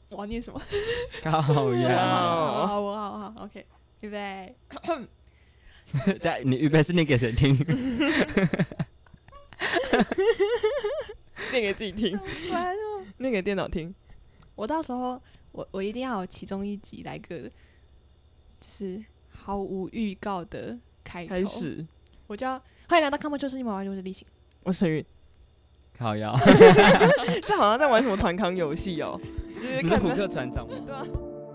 我要念什么？ 靠呀！ 好 ，OK， 预备。 你预备是念给谁听？ 念给自己听，念给电脑听。 我到时候我一定要有其中一集来个，就是毫无预告的开始。我就要欢迎来到康莫就是一毛就是立晴， 我是陈云。 靠呀！ 这好像在玩什么团康游戏哦。 你是扑克船长吗？ 对啊。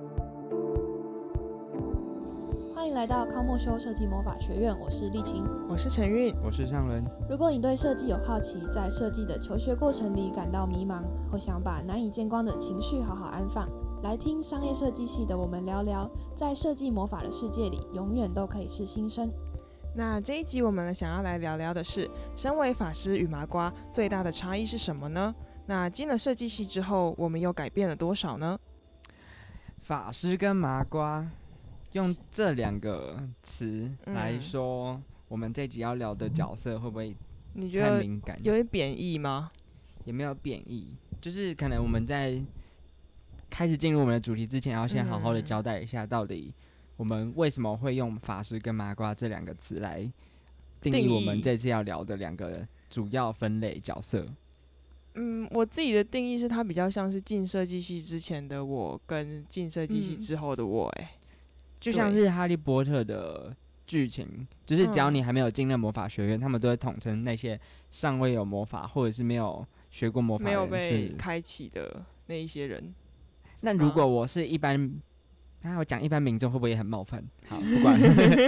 欢迎来到康莫修设计魔法学院，我是立晴， 我是陈韵， 我是尚伦。 如果你对设计有好奇，在设计的求学过程里感到迷茫，或想把难以见光的情绪好好安放，来听商业设计系的我们聊聊，在设计魔法的世界里，永远都可以是新生。 那这一集我们想要来聊聊的是，身为法师与麻瓜最大的差异是什么呢？那进了设计系之后，我们又改变了多少呢？ 法师跟麻瓜，用这两个词来说，我们这集要聊的角色会不会太敏感？ 有点贬义吗？ 也没有贬义，就是可能我们在开始进入我们的主题之前，要先好好的交代一下，到底我们为什么会用法师跟麻瓜这两个词来定义我们这次要聊的两个主要分类角色。 我自己的定义是，它比较像是进设计系之前的我跟进设计系之后的我， 就像是哈利波特的剧情，就是只要你还没有进入魔法学院，他们都会统称那些尚未有魔法或者是没有学过魔法的人， 没有被开启的那一些人。 那如果我是一般，我讲一般民众会不会也很冒犯？好，不管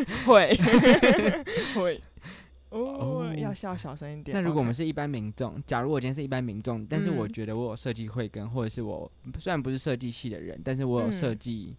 会。要笑小声一点。 那如果我们是一般民众，假如我今天是一般民众，但是我觉得我有设计慧根，或者是我虽然不是设计系的人，但是我有设计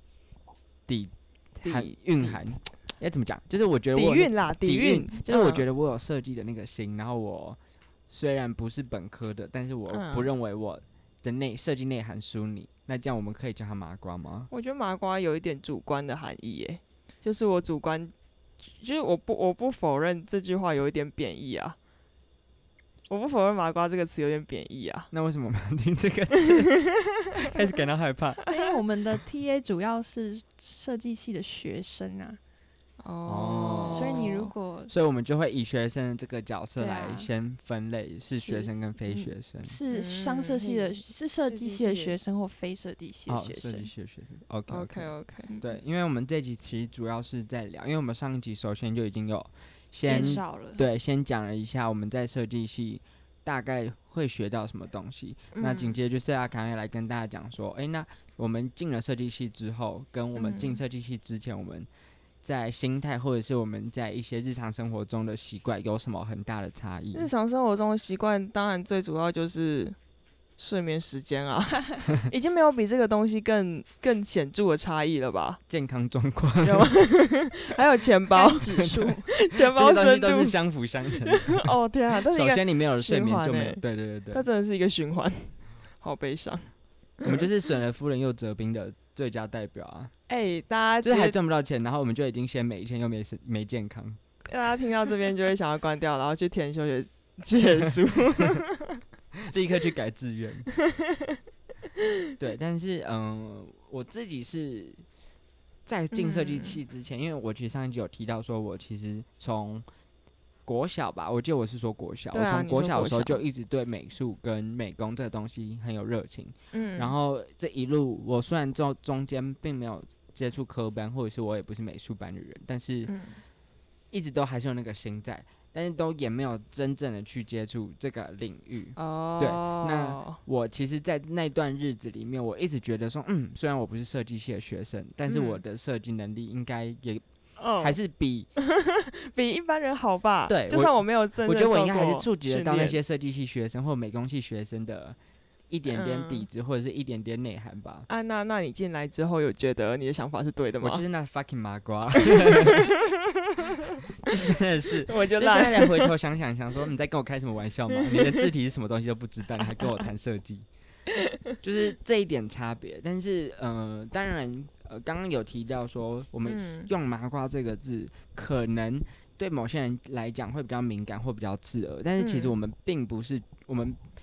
蕴含，要怎么讲？就是我觉得我底蕴，就是我觉得我有设计的那个心。然后我虽然不是本科的，但是我不认为我的设计内涵输你。那这样我们可以叫他麻瓜吗？ 我觉得麻瓜有一点主观的含义耶，就是我主观。就是我不否认这句话有一点贬义啊，我不否认麻瓜这个词有点贬义啊。 那为什么我们要听这个词？开始感到害怕。 因为我们的 TA 主要是设计系的学生啊。所以你如果， 所以我们就会以学生的这个角色来先分类，是学生跟非学生， 是商设系的，是设计系的学生或非设计系的学生。 设计系的学生。OK。对，因为我们这集其实主要是在聊，因为我们上一集首先就已经有先介绍了， 对，先讲了一下我们在设计系大概会学到什么东西。那紧接着就是要赶快来跟大家讲说，那我们进了设计系之后，跟我们进设计系之前，我们在心态或者是我们在一些日常生活中的习惯有什么很大的差异？ 日常生活中的习惯，当然最主要就是睡眠时间啊，已经没有比这个东西更显著的差异了吧？ 健康状况有吗？还有钱包指数， 钱包深度都是相辅相成的。 哦天啊！首先你没有了睡眠就没有，对， 它真的是一个循环，好悲伤。 我们就是损了夫人又折兵的最佳代表啊！ 大家就是还赚不到钱，然后我们就已经先没钱又没健康。 大家听到这边就会想要关掉，然后去填休学结束， 立刻去改志愿。对，但是我自己是在进设计系之前，因为我其实上一集有提到说，我其实从国小吧，我记得我是说国小，我从国小的时候就一直对美术跟美工这个东西很有热情。然后这一路我虽然中间并没有接触科班，或者是我也不是美术班的人，但是一直都还是有那个心在，但是都也没有真正的去接触这个领域。对，那我其实在那段日子里面，我一直觉得说，虽然我不是设计系的学生，但是我的设计能力应该也还是比一般人好吧？ 对， 就算我没有真正我觉得我应该还是触及得到那些设计系学生或美工系学生的一点点底子，或者是一点点内涵吧。 那你进来之后有觉得你的想法是对的吗？ 我就是那 fucking 麻瓜，真的是， 我就现在回头想说，你在跟我开什么玩笑吗？你的字体是什么东西都不知道，你还跟我谈设计，就是这一点差别。但是当然刚刚有提到说，我们用麻瓜这个字，可能对某些人来讲会比较敏感或比较刺耳，但是其实我们并不是，我们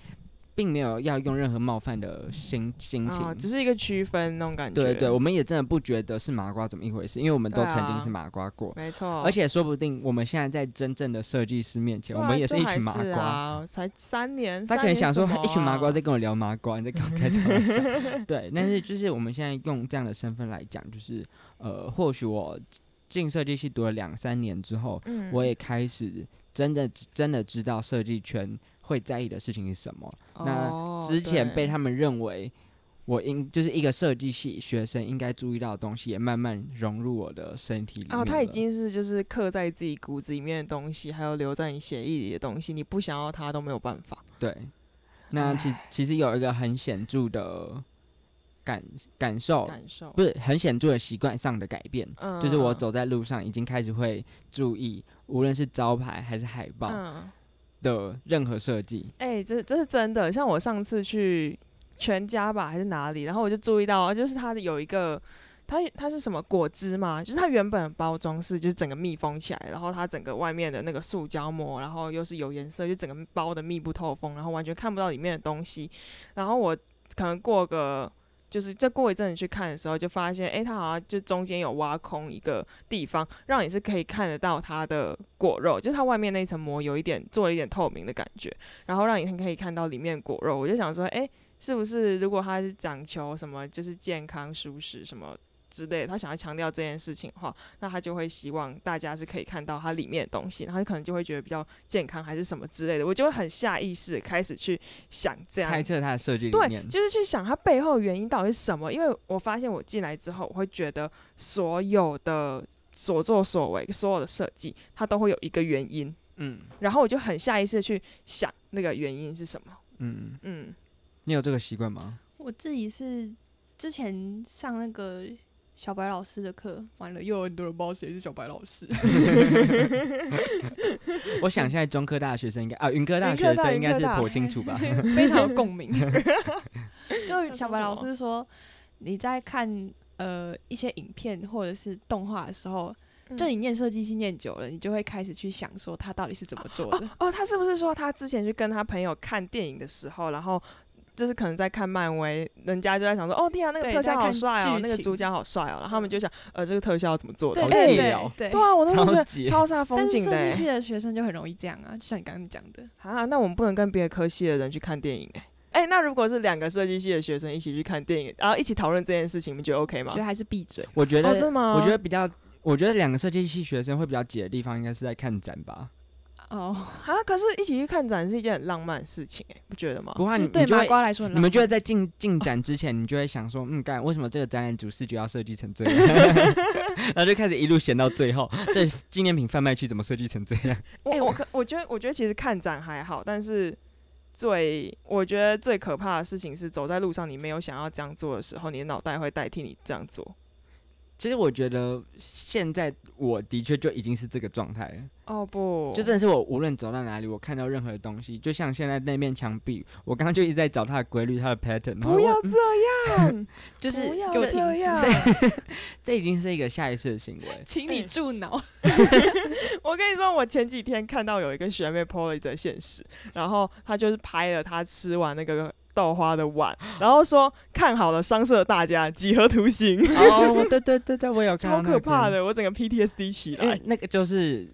并没有要用任何冒犯的心情， 只是一个区分那种感觉。 对对，我们也真的不觉得是麻瓜怎么一回事，因为我们都曾经是麻瓜过， 没错。 而且说不定我们现在在真正的设计师面前，我们也是一群麻瓜。 才3年， 他可能想说，一群麻瓜在跟我聊麻瓜，你在跟我开什么玩笑？对，但是就是我们现在用这样的身份来讲，就是或许我进设计系读了2-3年之后，我也开始真的知道设计圈会在意的事情是什么。那之前被他们认为我就是一个设计系学生应该注意到的东西，也慢慢融入我的身体里面了。 它已经是就是刻在自己骨子里面的东西，还有留在你血液里的东西，你不想要它都没有办法。 对，那其实有一个很显著的感受，不是很显著的习惯上的改变，就是我走在路上已经开始会注意，无论是招牌还是海报的任何设计。 这是真的。像我上次去全家吧还是哪里，然后我就注意到，就是它有一个它是什么果汁嘛，就是它原本的包装是就是整个密封起来，然后它整个外面的那个塑胶膜，然后又是有颜色，就整个包的密不透风，然后完全看不到里面的东西。然后我可能就是再过一阵子去看的时候，就发现它好像就中间有挖空一个地方，让你是可以看得到它的果肉，就是它外面那一层膜做了一点透明的感觉，然后让你可以看到里面果肉。我就想说是不是如果它是讲求什么就是健康舒适什么之类的，他想要强调这件事情的话，那他就会希望大家是可以看到它里面的东西，然后可能就会觉得比较健康还是什么之类的。我就会很下意识开始去想这样猜测它的设计理念， 对，就是去想它背后的原因到底是什么。因为我发现我进来之后，我会觉得所有的所作所为，所有的设计，它都会有一个原因。然后我就很下意识的去想那个原因是什么。 你有这个习惯吗？ 我自己是之前上那个小白老师的课，完了又有很多人不知道谁是小白老师。 我想现在中科大的学生应该云科大的学生应该是颇清楚吧， 非常有共鸣。就小白老师说，你在看一些影片或者是动画的时候，就你念设计系念久了，你就会开始去想说他到底是怎么做的。 他是不是说他之前去跟他朋友看电影的时候，然后就是可能在看漫威，人家就在想说，天啊，那个特效好帅哦，那个主角好帅哦，然后他们就想，这个特效怎么做的？ 对啊，我那时候觉得超煞风景的。 但是设计系的学生就很容易这样啊，就像你刚刚讲的那我们不能跟别的科系的人去看电影那如果是2个设计系的学生一起去看电影，然后一起讨论这件事情，你们觉得 OK 吗？ 觉得还是闭嘴。 我觉得真的吗？ 我觉得2个设计系学生会比较解的地方，应该是在看展吧。 可是一起去看展是一件很浪漫的事情不觉得吗？ 不过对麻瓜来说很浪漫。 你们觉得在进展之前，你就会想说，为什么这个展览主视觉要设计成这样？然后就开始一路闲到最后，这纪念品贩卖区怎么设计成这样？ 我觉得其实看展还好，但是我觉得最可怕的事情是走在路上，你没有想要这样做的时候，你的脑袋会代替你这样做。 其实我觉得现在我的确就已经是这个状态了。 不， 就真的是我无论走到哪里，我看到任何的东西，就像现在那面墙壁，我刚刚就一直在找它的规律，它的 pattern。 不要这样， 就是不要这样， 这已经是一个下意识的行为。 请你住脑。 我跟你说，我前几天看到有一个学妹 po 了一则现实，然后她就是拍了她吃完那个豆花的碗，然后说看好了商社大家几何图形。 对，我有看到、 超可怕的，我整个 PTSD 起来。 那个就是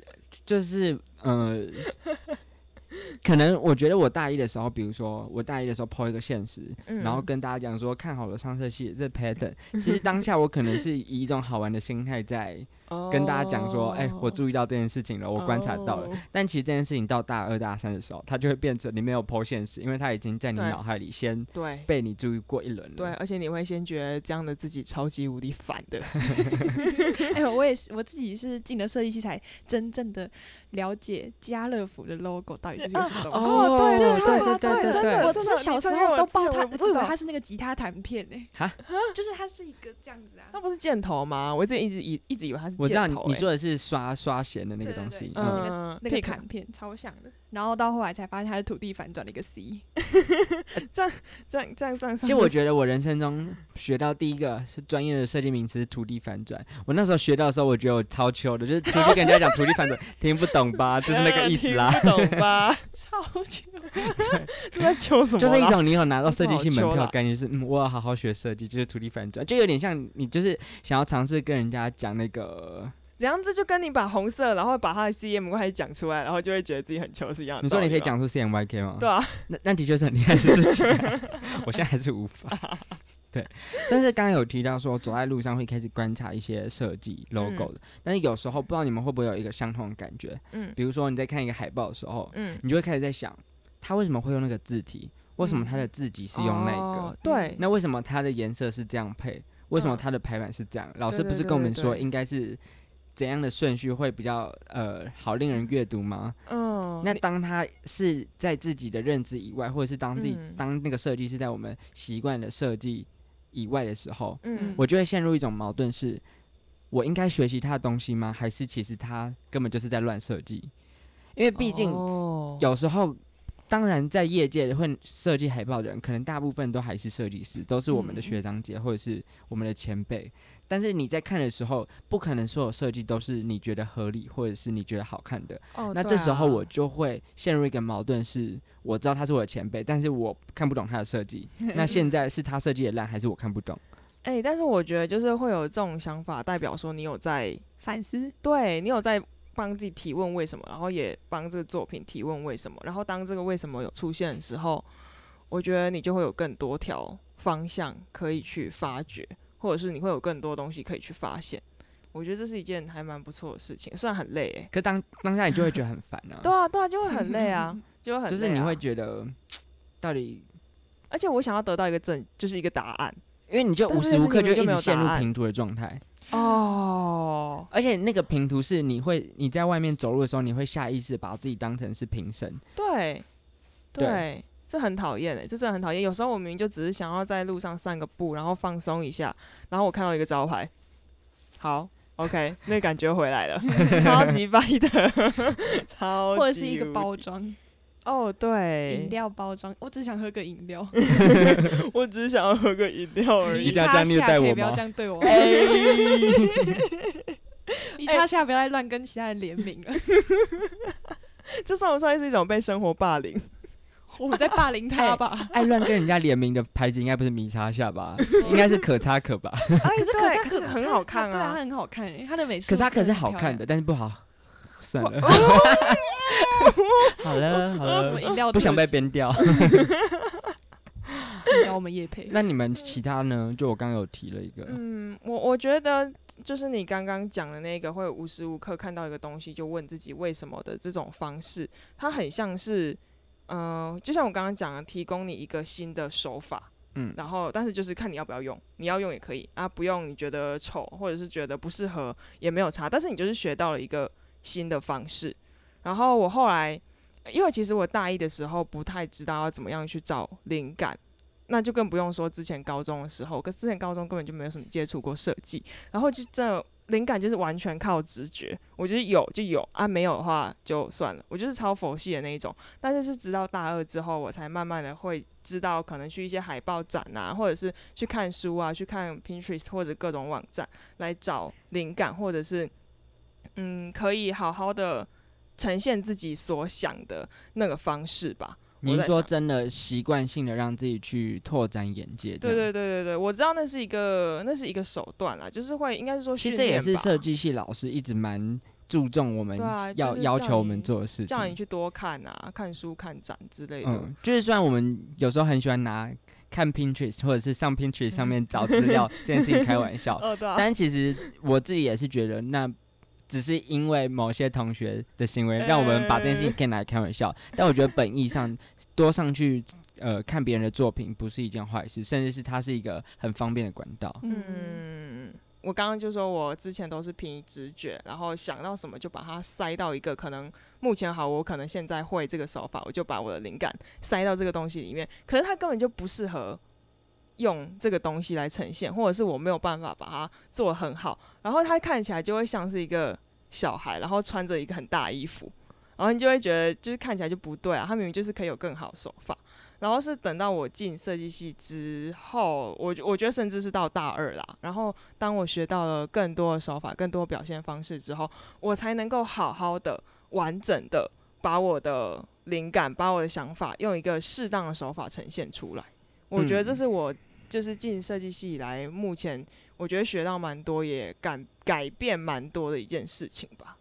可能我觉得我大一的时候，比如说我大一的时候 po 一个现实，然后跟大家讲说看好了商社系这 pattern， 其实当下我可能是以一种好玩的心态在跟大家讲说，我注意到这件事情了，我观察到了。但其实这件事情到大2、大3的时候，它就会变成你没有 po 现实，因为它已经在你脑海里先被你注意过一轮了。 对，而且你会先觉得这样的自己超级无敌烦的。 我自己是进了设计系才真正的了解家乐福的 logo 到底是个什么东西。 对， 我小时候都不知道它，我以为它是那个吉他弹片就是它是一个这样子啊。 那不是箭头吗？我一直以为它是箭头。 我知道你说的是刷弦的那个东西， 那个弹片超像的。然后到后来才发现它是土地反转的一个 C。 这样。 其实我觉得我人生中学到第一个是专业的设计名词是土地反转。我那时候学到的时候，我觉得我超糗的，就是出去跟人家讲土地反转，听不懂吧？就是那个意思啦。 听不懂吧？ 啊，超糗，对，是在糗什么？ 就是一种你有拿到设计系门票，感觉是我要好好学设计，就是土地反转，就有点像你就是想要尝试跟人家讲那个。 这样子就跟你把红色，然后把他的 CMYK 讲出来，然后就会觉得自己很糗是一样的。 你说你可以讲出 CMYK 吗？ 对啊， 那的确是很厉害的事情、啊，我现在还是无法。对，但是刚刚有提到说走在路上会开始观察一些设计 logo 的，但是有时候不知道你们会不会有一个相同的感觉，比如说你在看一个海报的时候，你就会开始在想，他为什么会用那个字体？为什么他的字体是用那个？ 对， 那为什么他的颜色是这样配？为什么他的排版是这样？老师不是跟我们说应该是怎样的顺序会比较好令人阅读吗？那当他是在自己的认知以外，或者是当那个设计是在我们习惯的设计以外的时候，我就会陷入一种矛盾：是我应该学习他的东西吗？还是其实他根本就是在乱设计？因为毕竟有时候。当然，在业界会设计海报的人，可能大部分都还是设计师，都是我们的学长姐或者是我们的前辈。但是你在看的时候，不可能所有设计都是你觉得合理或者是你觉得好看的。那这时候我就会陷入一个矛盾，是我知道他是我的前辈，但是我看不懂他的设计。那现在是他设计的烂，还是我看不懂？ 但是我觉得就是会有这种想法，代表说你有在反思， 对你有在。帮自己提问为什么，然后也帮这个作品提问为什么，然后当这个为什么有出现的时候，我觉得你就会有更多条方向可以去发掘，或者是你会有更多东西可以去发现。我觉得这是一件还蛮不错的事情，虽然很累可当下你就会觉得很烦啊。 对啊，就会很累啊，就会很累啊。 就是你会觉得到底， 而且我想要得到一个就是一个答案， 因为你就无时无刻就一直陷入评图的状态。而且那个评图是你在外面走路的时候，你会下意识把自己当成是评审。 对，这很讨厌这真的很讨厌。有时候我明明就只是想要在路上散个步，然后放松一下，然后我看到一个招牌，好 ，OK， 那感觉回来了，超级掰的，超级， 或者是一个包装。 对， 饮料包装，我只想喝个饮料。 我只是想要喝个饮料而已。 一叉下可以不要这样对我。一叉下不要再乱跟其他人联名了。 这算不算是一种被生活霸凌？ 我在霸凌他吧。 爱乱跟人家联名的牌子应该不是迷叉下吧？应该是可叉可吧？ 可是很好看啊。 对啊，很好看他的美术。 可叉可是好看的，但是不好。算了。好了，不想被编掉。 请找我们业配。 那你们其他呢？就我刚刚有提了一个。 我觉得就是你刚刚讲的那个，会无时无刻看到一个东西就问自己为什么的这种方式，它很像是，就像我刚刚讲的，提供你一个新的手法。然后但是就是看你要不要用，你要用也可以啊，不用你觉得丑或者是觉得不适合也没有差，但是你就是学到了一个新的方式。然后我后来，因为其实我大一的时候不太知道要怎么样去找灵感，那就更不用说之前高中的时候，可是之前高中根本就没有什么接触过设计，然后就这灵感就是完全靠直觉，我觉得有就有啊，没有的话就算了，我就是超佛系的那一种。但是直到大二之后，我才慢慢的会知道，可能去一些海报展啊，或者是去看书啊，去看 Pinterest 或者各种网站来找灵感，或者是可以好好的呈现自己所想的那个方式吧。 您说真的习惯性的让自己去拓展眼界？ 对，我知道那是一个手段啦，就是会应该是说训练吧。其实这也是设计系老师一直蛮注重我们要求我们做的事情， 叫你去多看啊，看书、看展之类的。 就是虽然我们有时候很喜欢拿看 Pinterest 或者是上 Pinterest 上面找资料这件事情开玩笑，但其实我自己也是觉得那。只是因为某些同学的行为，让我们把这件事情可以拿来开玩笑。但我觉得本意上多上去看别人的作品不是一件坏事，甚至是它是一个很方便的管道。 我刚刚就说我之前都是凭直觉，然后想到什么就把它塞到一个可能目前好，我可能现在会这个手法，我就把我的灵感塞到这个东西里面。可是它根本就不适合用这个东西来呈现，或者是我没有办法把它做得很好，然后它看起来就会像是一个小孩，然后穿着一个很大的衣服，然后你就会觉得就是看起来就不对啊，他明明就是可以有更好的手法。然后是等到我进设计系之后，我觉得甚至是到大二啦，然后当我学到了更多的手法、更多表现方式之后，我才能够好好的、完整的把我的灵感、把我的想法用一个适当的手法呈现出来。我觉得这是我就是进设计系以来，目前我觉得学到蛮多，也改变蛮多的一件事情吧。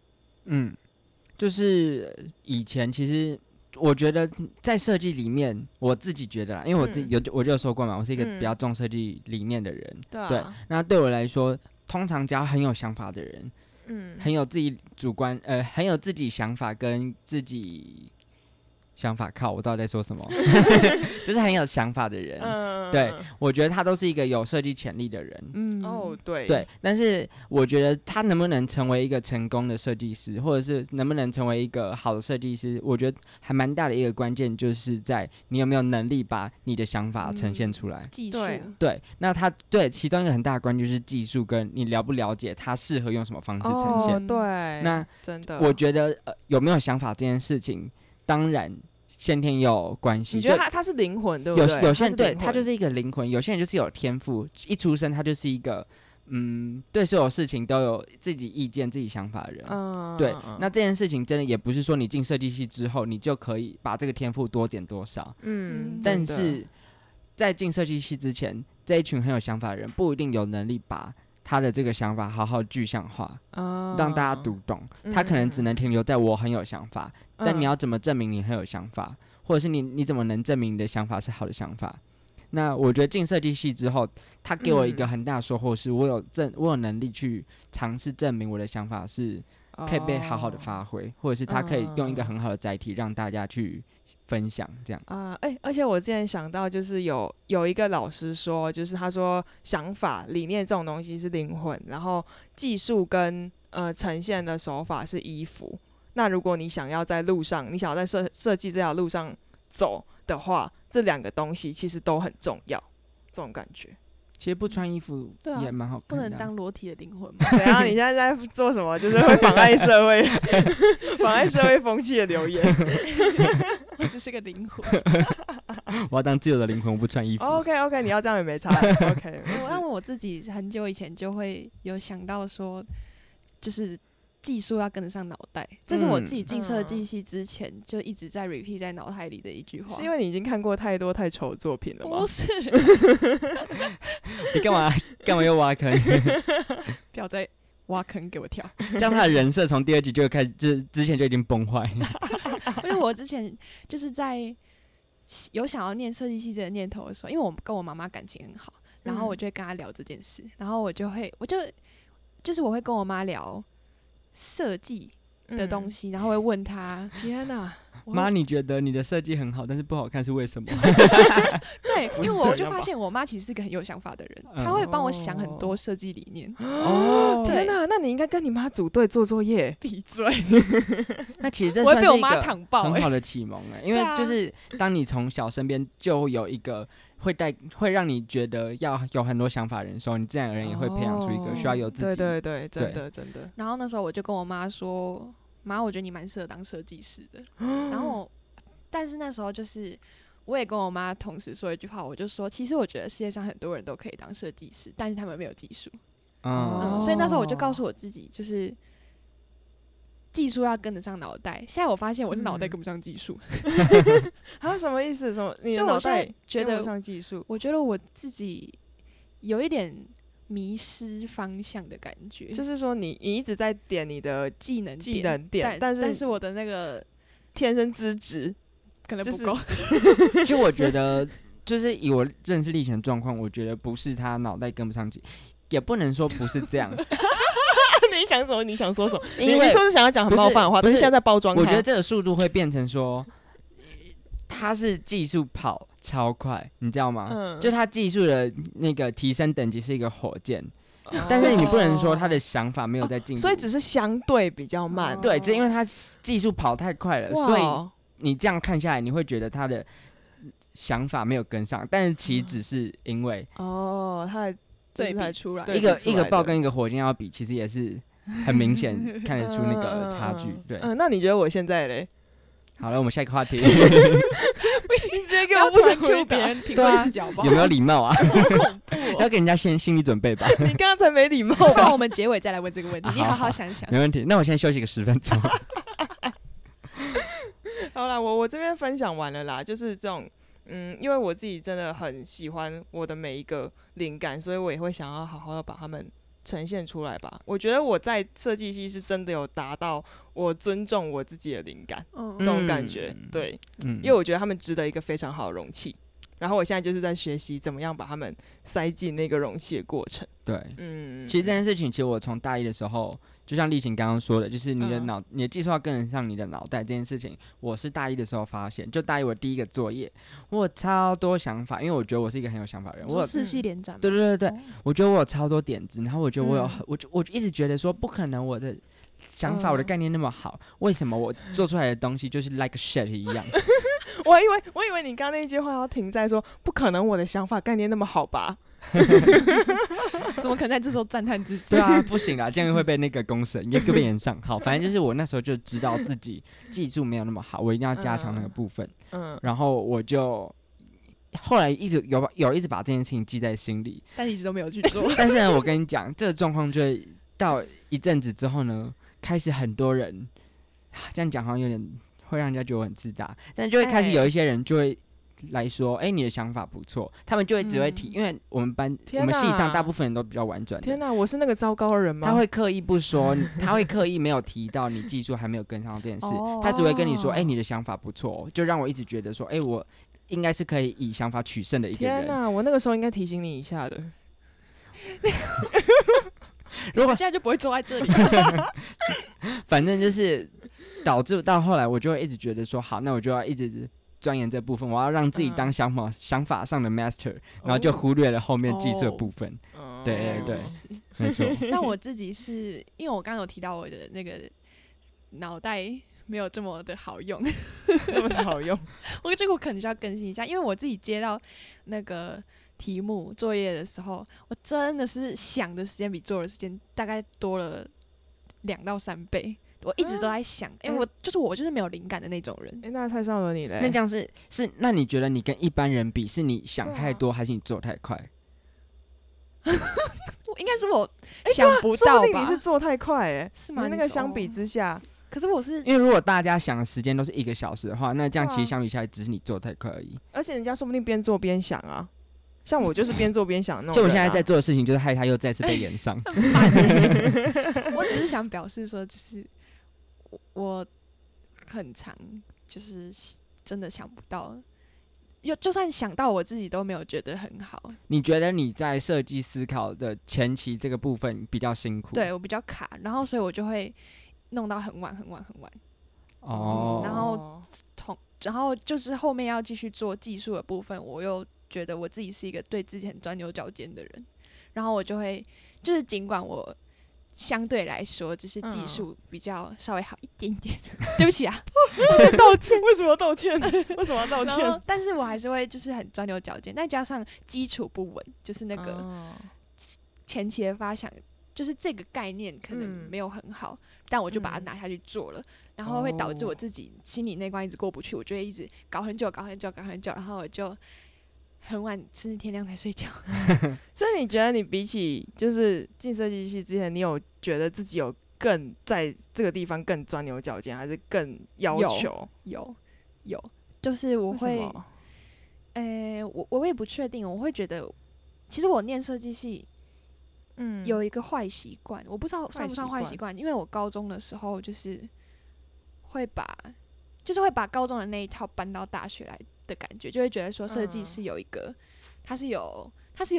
就是以前其实我觉得在设计里面，我自己觉得啦，因为我自己我就有说过嘛，我是一个比较重设计理念的人。对，那对我来说，通常只要很有想法的人，很有自己主观，很有自己想法跟自己想法，靠，我到底在说什么？就是很有想法的人，对，我觉得他都是一个有设计潜力的人。 对， 但是我觉得他能不能成为一个成功的设计师，或者是能不能成为一个好的设计师，我觉得还蛮大的一个关键，就是在你有没有能力把你的想法呈现出来。 技术， 对，那他对其中一个很大的关键就是技术，跟你了不了解他适合用什么方式呈现。 对， 那真的， 我觉得有没有想法这件事情，当然先天有关系。 你觉得他是灵魂，对不对？ 有些人对他就是一个灵魂，有些人就是有天赋，一出生他就是一个对所有事情都有自己意见、自己想法的人。对，那这件事情真的也不是说你进设计系之后，你就可以把这个天赋多点多少。但是在进设计系之前，这一群很有想法的人不一定有能力把他的这个想法好好具象化，让大家读懂。他可能只能停留在我很有想法，但你要怎么证明你很有想法，或者是你怎么能证明你的想法是好的想法？那我觉得进设计系之后，他给我一个很大的收获，是我有能力去尝试证明我的想法是可以被好好的发挥，或者是他可以用一个很好的载体让大家去分享这样。 而且我之前想到，就是有一个老师说，就是他说想法、理念这种东西是灵魂，然后技术跟呈现的手法是衣服。那如果你想要在路上，你想要在设计这条路上走的话，这两个东西其实都很重要。这种感觉。 其实不穿衣服也蛮好看的， 不能当裸体的灵魂吗？ 怎样？你现在在做什么？就是会妨碍社会、妨碍社会风气的留言。 我只是个灵魂。 我要当自由的灵魂，我不穿衣服。 OK， 你要这样也没差。OK， 那我自己很久以前就会有想到说，就是技术要跟得上脑袋，这是我自己进设计系之前就一直在 repeat 在脑海里的一句话。 是因为你已经看过太多太丑的作品了吗？ 不是。 你干嘛又挖坑？ 不要再挖坑给我跳。 这样他的人设从第2集就开始，就之前就已经崩坏。 因为我之前就是在有想要念设计系这个念头的时候，因为我跟我妈妈感情很好，然后我就会跟她聊这件事，然后就是我会跟我妈聊设计的东西，然后会问她， 天哪， 妈，你觉得你的设计很好，但是不好看是为什么？ 对，因为我就发现我妈其实是个很有想法的人，她会帮我想很多设计理念。 天哪，那你应该跟你妈组队做作业。 闭嘴。 那其实这算是一个很好的启蒙因为就是当你从小身边就有一个会让你觉得要有很多想法的人的时候，你自然而然也会培养出一个需要有自己。 对，真的。 然后那时候我就跟我妈说，妈，我觉得你蛮适合当设计师的。然后，但是那时候就是我也跟我妈同时说一句话，我就说，其实我觉得世界上很多人都可以当设计师，但是他们没有技术。所以那时候我就告诉我自己，就是技术要跟得上脑袋。现在我发现我是脑袋跟不上技术。 什么意思？什么？你的脑袋跟不上技术？ 我觉得我自己有一点迷失方向的感觉。 就是说你一直在点你的技能点， 但是我的那个天生资质可能不够。 其实我觉得，就是以我认识立贤的状况，我觉得不是他脑袋跟不上也不能说不是这样。 你想什么？你想说什么？你是不是想要讲很冒犯的话？不是现在在包装他。 我觉得这个速度会变成说，他是技术跑超快，你知道吗？就他技术的那个提升等级是一个火箭，但是你不能说他的想法没有在进步， 所以只是相对比较慢。 对，只因为他技术跑太快了，所以你这样看下来，你会觉得他的想法没有跟上，但是其实只是因为他的对比出来一个爆跟一个火箭要比，其实也是很明显看得出那个差距。对， 那你觉得我现在嘞？ 好了，我们下一个话题。 你直接给我不想 Q 别人评论自己好不好？ 有没有礼貌啊？ 好恐怖要给人家先心理准备吧。 你刚刚才没礼貌吧？ 那我们结尾再来问这个问题，你好好想想。 没问题，那我现在休息个10分钟。 好啦，我这边分享完了啦，就是这种。因为我自己真的很喜欢我的每一个灵感，所以我也会想要好好的把它们呈现出来吧。我觉得我在设计系是真的有达到我尊重我自己的灵感，这种感觉，对，因为我觉得他们值得一个非常好的容器。然后我现在就是在学习怎么样把它们塞进那个容器的过程。 对，其实这件事情，其实我从大一的时候，就像丽琴刚刚说的，就是你的技术要跟得上你的脑袋这件事情，我是大一的时候发现。就大一我第一个作业，我有超多想法，因为我觉得我是一个很有想法的人。我有 4系联展， 对，我觉得我有超多点子，然后我觉得我就一直觉得说，不可能我的想法、我的概念那么好，为什么我做出来的东西就是 like shit 一样？ 我以为你刚刚那句话要停在说，不可能我的想法概念那么好吧？ 怎么可能在这时候赞叹自己？ 对啊，不行啦，这样会被那个公审，也被延上。好，反正就是我那时候就知道自己技术没有那么好，我一定要加强那个部分。然后我就后来一直一直把这件事情记在心里， 但一直都没有去做。 但是呢，我跟你讲，这个状况就会到一阵子之后呢，开始很多人这样讲好像有点会让人家觉得我很自大，但就会开始有一些人就会来说，你的想法不错，他们就会只会提，因为我们系上大部分人都比较婉转的。 天哪，我是那个糟糕的人吗？ 他会刻意不说，他会刻意没有提到你技术还没有跟上这件事，他只会跟你说，你的想法不错，就让我一直觉得说，我应该是可以以想法取胜的一个人。 天哪，我那个时候应该提醒你一下的。 如果现在就不会坐在这里。 反正就是导致到后来，我就会一直觉得说，好，那我就要一直钻研这部分，我要让自己当想法上的 master，然后就忽略了后面技术的部分。对，没错。 但我自己是因为我刚刚有提到我的那个脑袋没有这么的好用， 那么的好用， 我觉得我可能就要更新一下，因为我自己接到那个题目作业的时候，我真的是想的时间比做的时间大概多了2到3倍。我一直都在想，我就是没有灵感的那种人。 那太少了你嘞。 那这样是那你觉得你跟一般人比，是你想太多，还是你做太快？ 应该是我想不到吧。 说不定你是做太快是吗？ 那个相比之下， 可是我是因为如果大家想的时间都是1个小时的话，那这样其实相比下来，只是你做太快而已。 而且人家说不定边做边想啊。像我就是边做边想那种人啊。 就我现在在做的事情，就是害他又再次被延上。 我只是想表示说，就是我很常就是真的想不到，就算想到我自己都没有觉得很好。 你觉得你在设计思考的前期这个部分比较辛苦？ 对，我比较卡，然后所以我就会弄到很晚。然后就是后面要继续做技术的部分，我又觉得我自己是一个对自己很钻牛角尖的人，然后我就会就是尽管我相对来说就是技术比较稍微好一点点，对不起啊， 我在道歉。为什么要道歉？为什么要道歉？ 但是我还是会就是很钻牛角尖，再加上基础不稳，就是那个前期的发想，就是这个概念可能没有很好，但我就把它拿下去做了，然后会导致我自己心里那关一直过不去，我就会一直搞很久，然后我就很晚甚至天亮才睡觉。 所以你觉得你比起就是进设计系之前，你有觉得自己有更在这个地方更钻牛角尖，还是更要求？ 有，就是我会，我也不确定，我会觉得，其实我念设计系，有一个坏习惯，我不知道算不算坏习惯，因为我高中的时候就是会把高中的那一套搬到大学来的感觉，就会觉得说设计是有一个，它是有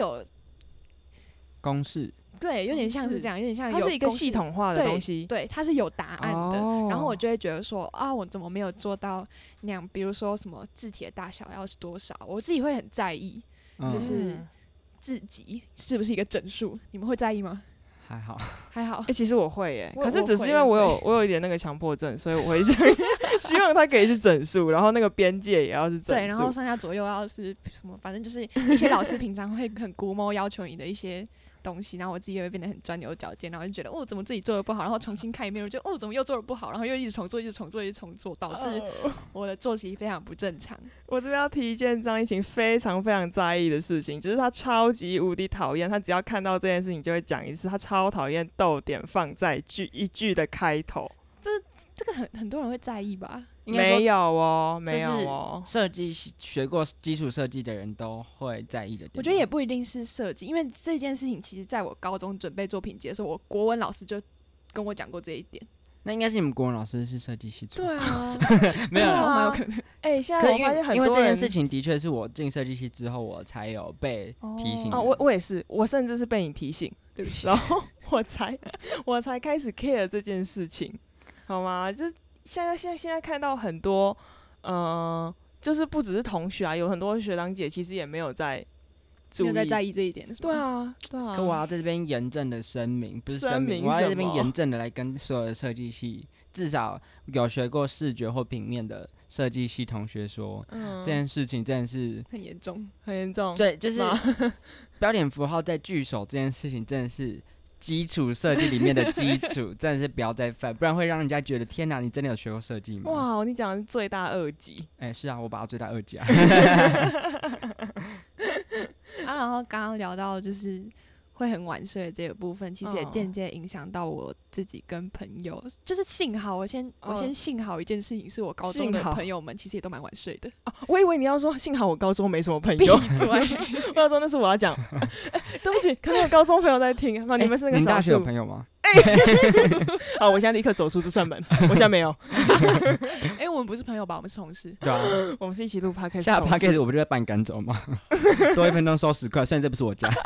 公式， 对，有点像是这样，有点像它是一个系统化的东西， 对，它是有答案的。然后我就会觉得说啊，我怎么没有做到那样？比如说什么字体的大小要是多少，我自己会很在意，就是字级是不是一个整数？你们会在意吗？还好。 其实我会耶，可是只是因为我有一点那个强迫症，所以我会希望它可以是整数，然后那个边界也要是整数， 对，然后上下左右要是什么，反正就是一些老师平常会很估摸要求你的一些东西，然后我自己也会变得很钻牛角尖，然后就觉得怎么自己做的不好，然后重新看一遍，我就怎么又做的不好，然后又一直重做，导致我的作息非常不正常。 我这边要提一件张一晴非常非常在意的事情，就是他超级无敌讨厌，他只要看到这件事情就会讲一次，他超讨厌逗点放在一句的开头。 这个很多人会在意吧？ 没有哦，没有哦。 设计学过基础设计的人都会在意的点。 我觉得也不一定是设计，因为这件事情其实在我高中准备作品集的时候，我国文老师就跟我讲过这一点。 那应该是你们国文老师是设计系出身。 对啊， 没有蛮有可能。 现在我发现很多人， 因为这件事情的确是我进设计系之后，我才有被提醒。 我也是，我甚至是被你提醒， 对不起， 然后我才开始 care 这件事情，好吗？就现在看到很多，就是不只是同学啊，有很多学长姐其实也没有在注意， 没有在意这一点，是吧？ 对啊。 可我要在这边严正的声明，不是声明，我要在这边严正的来跟所有的设计系，至少有学过视觉或平面的设计系同学说，这件事情真的是很严重， 很严重。 对，就是标点符号在句首这件事情真的是基础设计里面的基础，真的是不要再犯，不然会让人家觉得天哪，你真的有学过设计吗？ 哇，你讲的是罪大恶极。 是啊，我把它罪大恶极啊。 然后刚刚聊到就是会很晚睡的这个部分，其实也间接影响到我自己跟朋友。就是幸好我先幸好一件事情，是我高中的朋友们其实也都蛮晚睡的。 我以为你要说幸好我高中没什么朋友。 闭嘴！ 我要说那是我要讲。对不起，可能有高中朋友在听。那你们是那个少数。 你大学有朋友吗？ 好，我现在立刻走出这扇门。我现在没有。 我们不是朋友吧？我们是同事。 对啊， 我们是一起录 podcast。 下 podcast 我不就会把你赶走吗？多1分钟收10块，虽然这不是我家。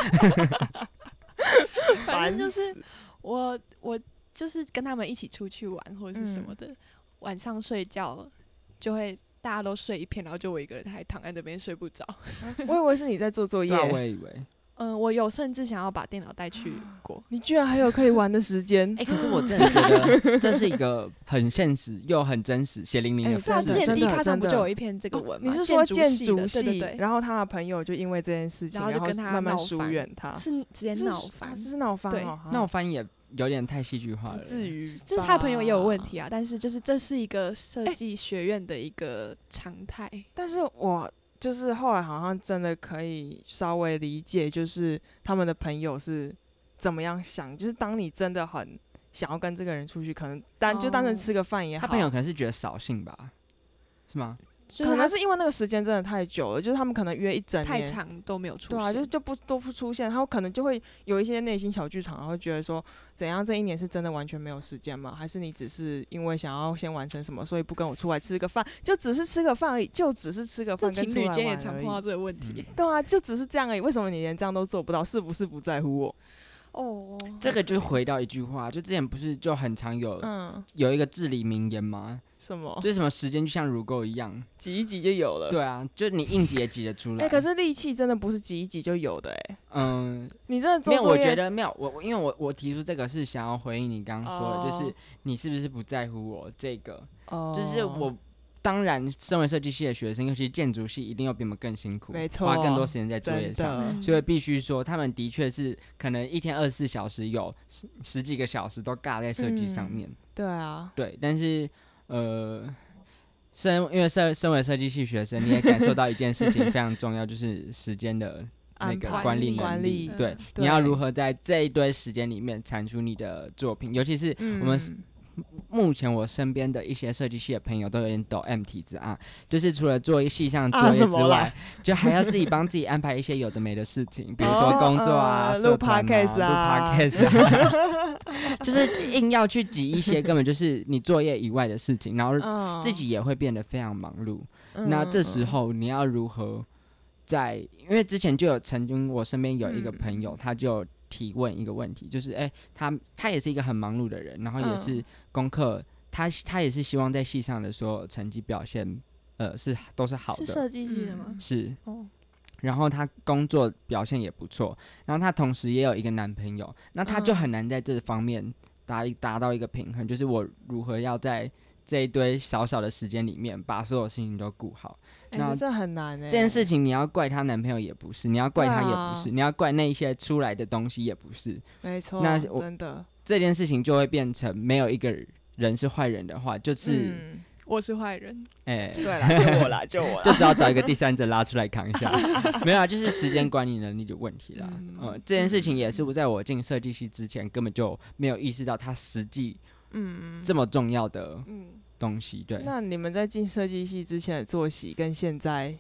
反正就是我就是跟他们一起出去玩或者是什么的，晚上睡觉就会大家都睡一片，然后就我一个人还躺在那边睡不着。 我以为是你在做作业。 对，我也以为。 我有甚至想要把电脑带去过。 你居然还有可以玩的时间。 可是我真的觉得这是一个很现实又很真实血淋淋的事。 之前 D 卡上不就有一篇这个文吗？ 你是说建筑系？对， 然后他的朋友就因为这件事情， 然后就跟他慢慢疏远他， 是直接闹翻， 是闹翻。对， 闹翻也有点太戏剧化了。 不至于， 就是他朋友也有问题啊，但是就是这是一个设计学院的一个常态。 但是我就是后来好像真的可以稍微理解，就是他们的朋友是怎么样想。就是当你真的很想要跟这个人出去，可能就单纯吃个饭也好。 他朋友可能是觉得扫兴吧，是吗？ 可能是因为那个时间真的太久了，就是他们可能约一整年太长都没有出现， 对啊，就都不出现，他可能就会有一些内心小剧场，然后觉得说怎样这一年是真的完全没有时间吗？还是你只是因为想要先完成什么，所以不跟我出来吃个饭，就只是吃个饭而已，就只是吃个饭跟出来玩而已。 这情侣间也常碰到这个问题。 对啊，就只是这样而已，为什么你连这样都做不到？是不是不在乎我？ 这个就回到一句话，就之前不是就很常有一个至理名言吗？ 什么？ 就是什么时间就像乳沟一样， 挤一挤就有了。 对啊，就你硬挤也挤得出来。 可是力气真的不是挤一挤就有的你真的做没有？我觉得没有，因为我提出这个是想要回应你刚刚说的，就是你是不是不在乎我这个？就是我。当然，身为设计系的学生，尤其是建筑系，一定要比我们更辛苦， 没错， 花更多时间在作业上，所以必须说，他们的确是可能一天24小时有十几个小时都尬在设计上面。 对啊， 对，但是因为身为设计系学生，你也感受到一件事情非常重要，就是时间的那个管理能力。对，你要如何在这一堆时间里面产出你的作品，尤其是我们。目前我身边的一些设计系的朋友都有点抖 M 体质啊，就是除了做系上作业之外，就还要自己帮自己安排一些有的没的事情，比如说工作啊、社团啊、录 podcast 啊，就是硬要去挤一些根本就是你作业以外的事情，然后自己也会变得非常忙碌。那这时候你要如何因为之前就有曾经我身边有一个朋友，他就提问一个问题，就是他也是一个很忙碌的人，然后也是功课，他也是希望在系上的所有成绩表现，都是好的。 是设计系的吗？ 是。然后他工作表现也不错，然后他同时也有一个男朋友，那他就很难在这方面达到一个平衡，就是我如何要在这一堆少少的时间里面把所有事情都顾好。那这很难这件事情你要怪她男朋友也不是，你要怪她也不是，你要怪那一些出来的东西也不是。 没错， 那真的这件事情就会变成没有一个人是坏人的话，就是我是坏人。 对啦，就我啦， 就只要找一个第三者拉出来扛一下。没有啊，就是时间管理能力的问题啦。这件事情也是在我进设计系之前根本就没有意识到它实际这么重要的东西。对， 那你们在进设计系之前的作息跟现在，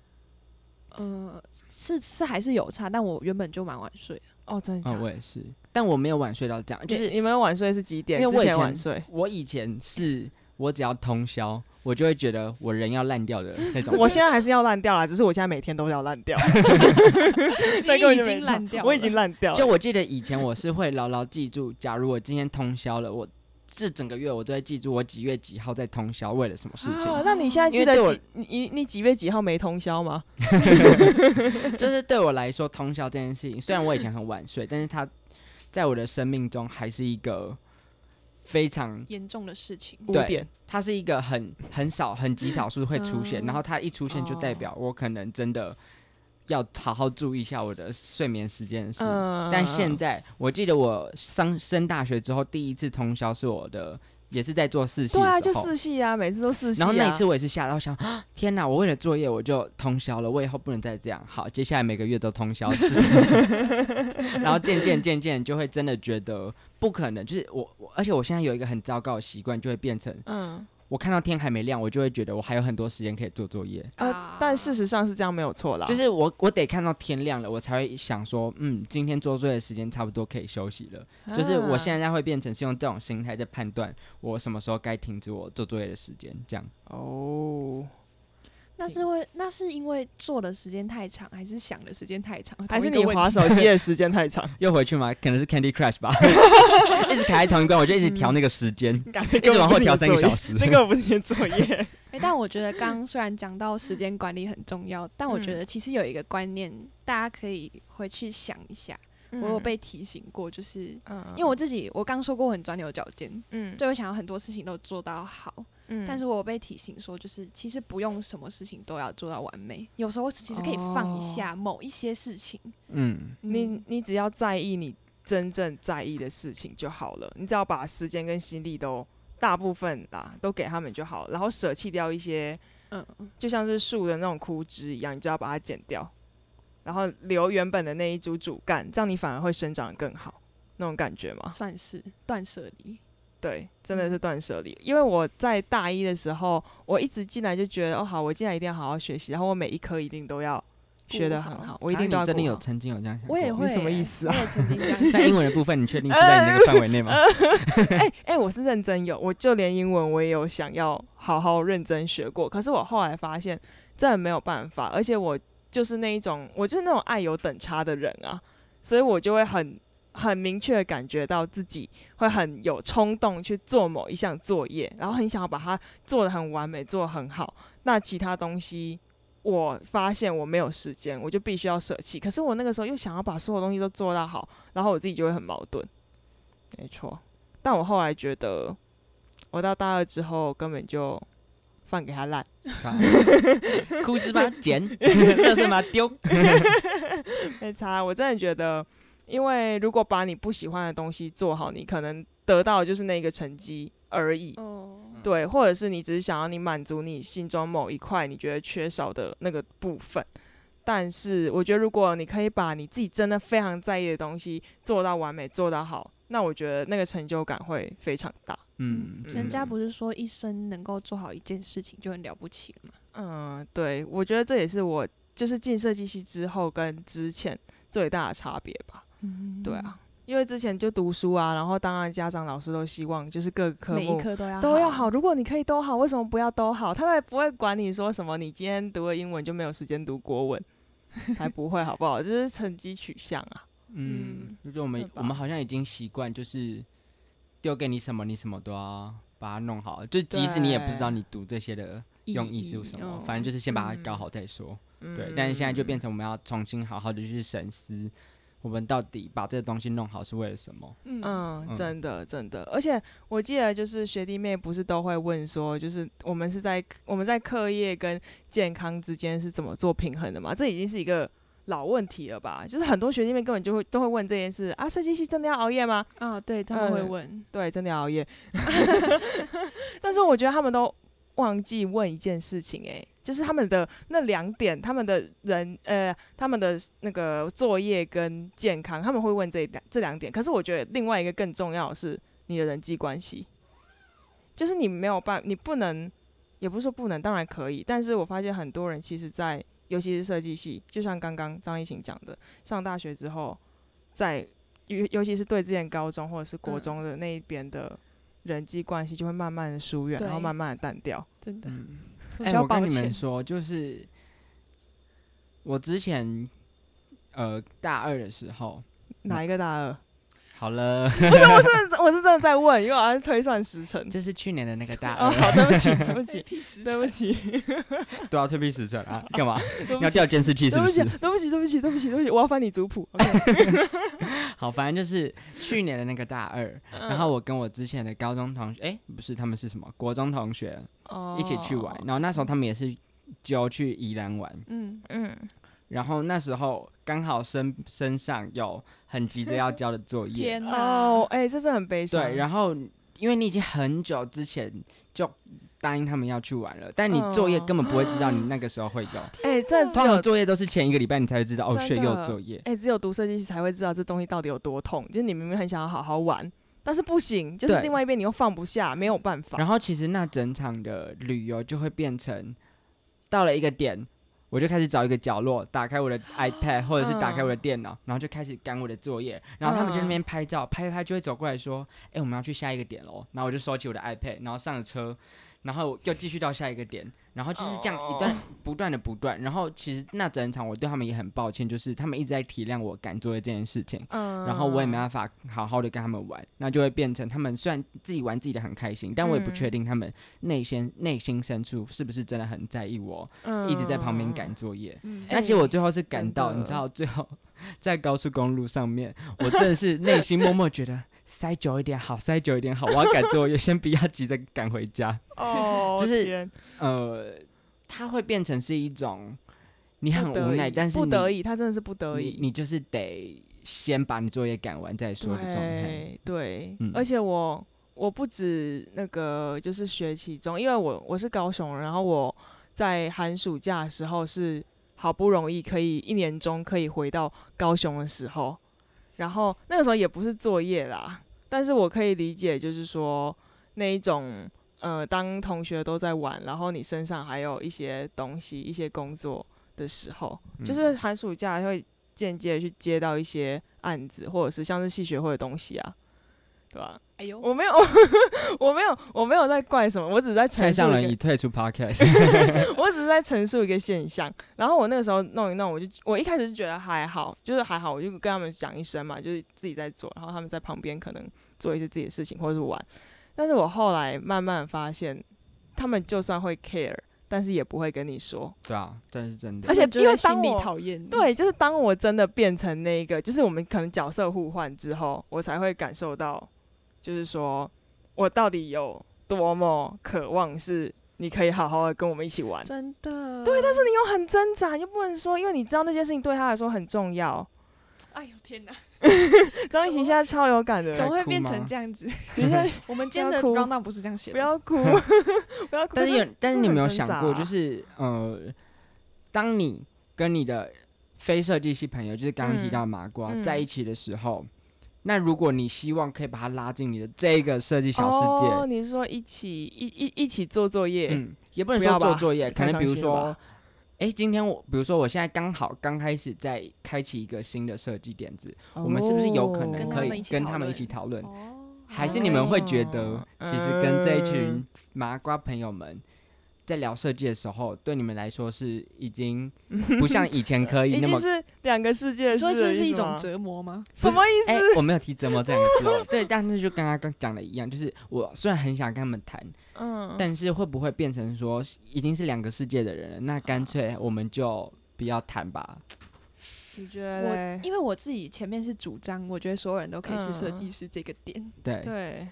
是还是有差，但我原本就蛮晚睡的。 哦，真的假的？ 我也是，但我没有晚睡到这样，就是你们晚睡是几点？ 因为我以前是我只要通宵，我就会觉得我人要烂掉的那种。 我现在还是要烂掉啦，只是我现在每天都要烂掉。 你已经烂掉了， 我已经烂掉了。 就我记得以前我是会牢牢记住，假如我今天通宵了，我这整个月我都会记住我几月几号在通宵，为了什么事情。 那你现在记得你几月几号没通宵吗？ 就是对我来说，通宵这件事情，虽然我以前很晚睡，但是它在我的生命中还是一个非常严重的事情。 对，它是一个很少、很极少数会出现，然后它一出现就代表我可能真的要好好注意一下我的睡眠时间的事。但现在我记得我升大学之后第一次通宵是我的，也是在做4系的时候。 对啊，就4系啊，每次都4系。 然后那一次我也是吓到想，天哪！我为了作业我就通宵了，我以后不能再这样。好，接下来每个月都通宵。然后渐渐就会真的觉得不可能，就是而且我现在有一个很糟糕的习惯，就会变成我看到天还没亮，我就会觉得我还有很多时间可以做作业。 但事实上是这样，没有错啦。 就是我得看到天亮了，我才会想说，今天做作业的时间差不多可以休息了。就是我现在会变成是用这种心态在判断我什么时候该停止我做作业的时间，这样。 哦。 那是因为做的时间太长，还是想的时间太长， 还是你滑手机的时间太长？ 又回去吗？可能是 Candy Crush 吧，一直卡在同一关，我就一直调那个时间，一直往后调3个小时。 那个不是你的作业。 但我觉得刚刚虽然讲到时间管理很重要，但我觉得其实有一个观念，大家可以回去想一下。我有被提醒过，就是因为我刚说过我很钻牛角尖，就我想要很多事情都做到好。但是我有被提醒说，就是其实不用什么事情都要做到完美，有时候其实可以放一下某一些事情。 你只要在意你真正在意的事情就好了，你只要把时间跟心力都大部分啦都给他们就好，然后舍弃掉一些，就像是树的那种枯枝一样，你就要把它剪掉，然后留原本的那一株主干，这样你反而会生长得更好，那种感觉吗？ 算是断舍离。 对，真的是断舍离。因为我在大一的时候，我一直进来就觉得，好，我进来一定要好好学习，然后我每一科一定都要学得很好，我一定都要。 你真的曾经有这样想过？ 我也会。 你什么意思啊？ 我也曾经这样想。 在英文的部分，你确定是在你那个范围内吗？ 我是认真有，我就连英文我也有想要好好认真学过，可是我后来发现真的没有办法，而且我就是那种爱有等差的人啊，所以我就会很明确的感觉到自己会很有冲动去做某一项作业，然后很想要把它做得很完美，做得很好。那其他东西我发现我没有时间，我就必须要舍弃。可是我那个时候又想要把所有东西都做到好，然后我自己就会很矛盾。没错，但我后来觉得，我到大2之后根本就放给他烂， 枯枝把它剪，垃圾把它丢， 没差。我真的觉得。因为如果把你不喜欢的东西做好，你可能得到的就是那个成绩而已。对，或者是你只是想要你满足你心中某一块你觉得缺少的那个部分。但是我觉得如果你可以把你自己真的非常在意的东西做到完美，做到好，那我觉得那个成就感会非常大。 人家不是说一生能够做好一件事情就很了不起了吗？对，我觉得这也是我就是进设计系之后跟之前最大的差别吧。对啊，因为之前就读书啊，然后当然家长老师都希望就是各个科目每一科都要好。如果你可以都好，为什么不要都好？他才不会管你说什么你今天读了英文就没有时间读国文，才不会好不好？就是成绩取向啊。 就是我们好像已经习惯，就是丢给你什么，你什么都要把它弄好，就即使你也不知道你读这些的用意是什么，反正就是先把它搞好再说。对，但是现在就变成我们要重新好好的去审思。我们到底把这个东西弄好是为了什么？ 真的，而且我记得就是学弟妹不是都会问说，就是我们在课业跟健康之间是怎么做平衡的嘛？这已经是一个老问题了吧？就是很多学弟妹根本都会问这件事啊，设计系真的要熬夜吗？ 对，他们会问， 对，真的要熬夜。但是我觉得他们都忘记问一件事情，就是他们的那2点，他们的那个作业跟健康，他们会问这2点。可是我觉得另外一个更重要的是你的人际关系。 就是你没有办法，你不能，也不是说不能，当然可以，但是我发现很多人其实在，尤其是设计系，就像刚刚张艺晴讲的，上大学之后，尤其是对之前高中或者是国中的那一边的人际关系，就会慢慢的疏远，然后慢慢的淡掉。 真的。 我跟你们说，就是我之前大二的时候， 哪一个大二？ 好了， 不是，我是真的在问，因为我要推算时辰。 就是去年的那个大二。 好，对不起，对不起，对不起。 都要退避时辰啊？干嘛？你要调监视器是不是？ 对不起，对不起，对不起，对不起，我要翻你族谱。Okay 好，反正就是去年的那个大二，然后我跟我之前的高中同学，不是，他们是什么国中同学，一起去玩。然后那时候他们也是就去宜兰玩。然后那时候刚好身上有很急着要交的作业。 天哪！ 这真的很悲伤。 对，然后因为你已经很久之前就答应他们要去玩了，但你作业根本不会知道你那个时候会有。通常作业都是前一个礼拜你才会知道又有作业。 只有读设计系才会知道这东西到底有多痛，就是你明明很想要好好玩，但是不行，就是另外一边你又放不下，没有办法。 然后其实那整场的旅游就会变成到了一个点，我就开始找一个角落，打开我的 iPad 或者是打开我的电脑，然后就开始赶我的作业。然后他们就在那边拍照，拍一拍就会走过来说：“我们要去下一个点咯。”然后我就收起我的 iPad， 然后上了车，然后又继续到下一个点，然后就是这样不断。然后其实那整场我对他们也很抱歉，就是他们一直在体谅我赶作业这件事情，然后我也没办法好好的跟他们玩，那就会变成他们虽然自己玩自己的很开心，但我也不确定他们内心深处是不是真的很在意我，一直在旁边赶作业。那其实我最后是赶到，你知道，最后在高速公路上面，我真的是内心默默觉得塞久一点好，我要赶作业，先不要急着赶回家。就是它会变成是一种你很无奈，但是不得已，它真的是不得已， 你就是得先把你作业赶完再说的状态。 对，而且我不止那个就是学期中，因为我是高雄人，然后我在寒暑假的时候是好不容易可以1年中可以回到高雄的时候，然后那个时候也不是作业啦，但是我可以理解，就是说那一种当同学都在玩，然后你身上还有一些东西、一些工作的时候，就是寒暑假会间接去接到一些案子，或者是像是系学会的东西啊，对吧？ 哎呦， 我没有在怪什么，我只是在陈述蔡尚人已退出 podcast 我只是在陈述一个现象。然后我那个时候弄一弄，我一开始是觉得还好，就是还好，我就跟他们讲一声嘛，就是自己在做，然后他们在旁边可能做一些自己的事情或者是玩。但是我后来慢慢发现，他们就算会 care， 但是也不会跟你说。 对啊，真的是真的。 而且因为心里讨厌， 对，就是当我真的变成那个，就是我们可能角色互换之后，我才会感受到，就是说我到底有多么渴望是你可以好好的跟我们一起玩。 真的。 对，但是你又很挣扎，又不能说，因为你知道那件事情对他来说很重要。 哎呦天哪！ 张艺晴现在超有感的， 怎么会变成这样子？我们今天的 round down 不是这样写的。 不要哭，不要哭。 但是你有没有想过，就是当你跟你的非设计系朋友，就是刚刚提到的麻瓜在一起的时候，那如果你希望可以把他拉进你的这个设计小世界， 你是说一起做作业？ 也不能说做作业，可能比如说。今天比如说我现在刚开始在开启一个新的设计点子，我们是不是有可能可以跟他们一起讨论？还是你们会觉得，其实跟这一群麻瓜朋友们在聊设计的时候，对你们来说是已经不像以前可以那么， 已经是两个世界的事了， 所以是一种折磨吗？ 什么意思？ 我没有提折磨这两个字哦。对，但是就跟他刚讲的一样，就是我虽然很想跟他们谈。但是会不会变成说已经是两个世界的人了？那干脆我们就不要谈吧。 你觉得？ 因为我自己前面是主张，我觉得所有人都可以是设计师这个点。 对。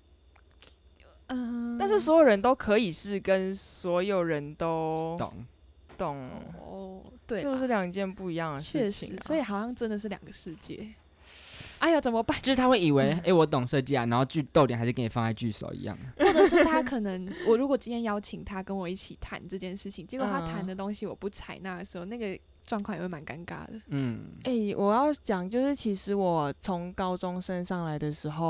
但是所有人都可以是跟所有人都懂对， 是不是两件不一样的事情？ 确实，所以好像真的是两个世界。哎呀，怎么办？ 就是他会以为，我懂设计啊，然后逗点还是给你放在句首一样。 或者是他可能，我如果今天邀请他跟我一起谈这件事情，结果他谈的东西我不采纳的时候，那个状况也会蛮尴尬的。 我要讲就是，其实我从高中升上来的时候，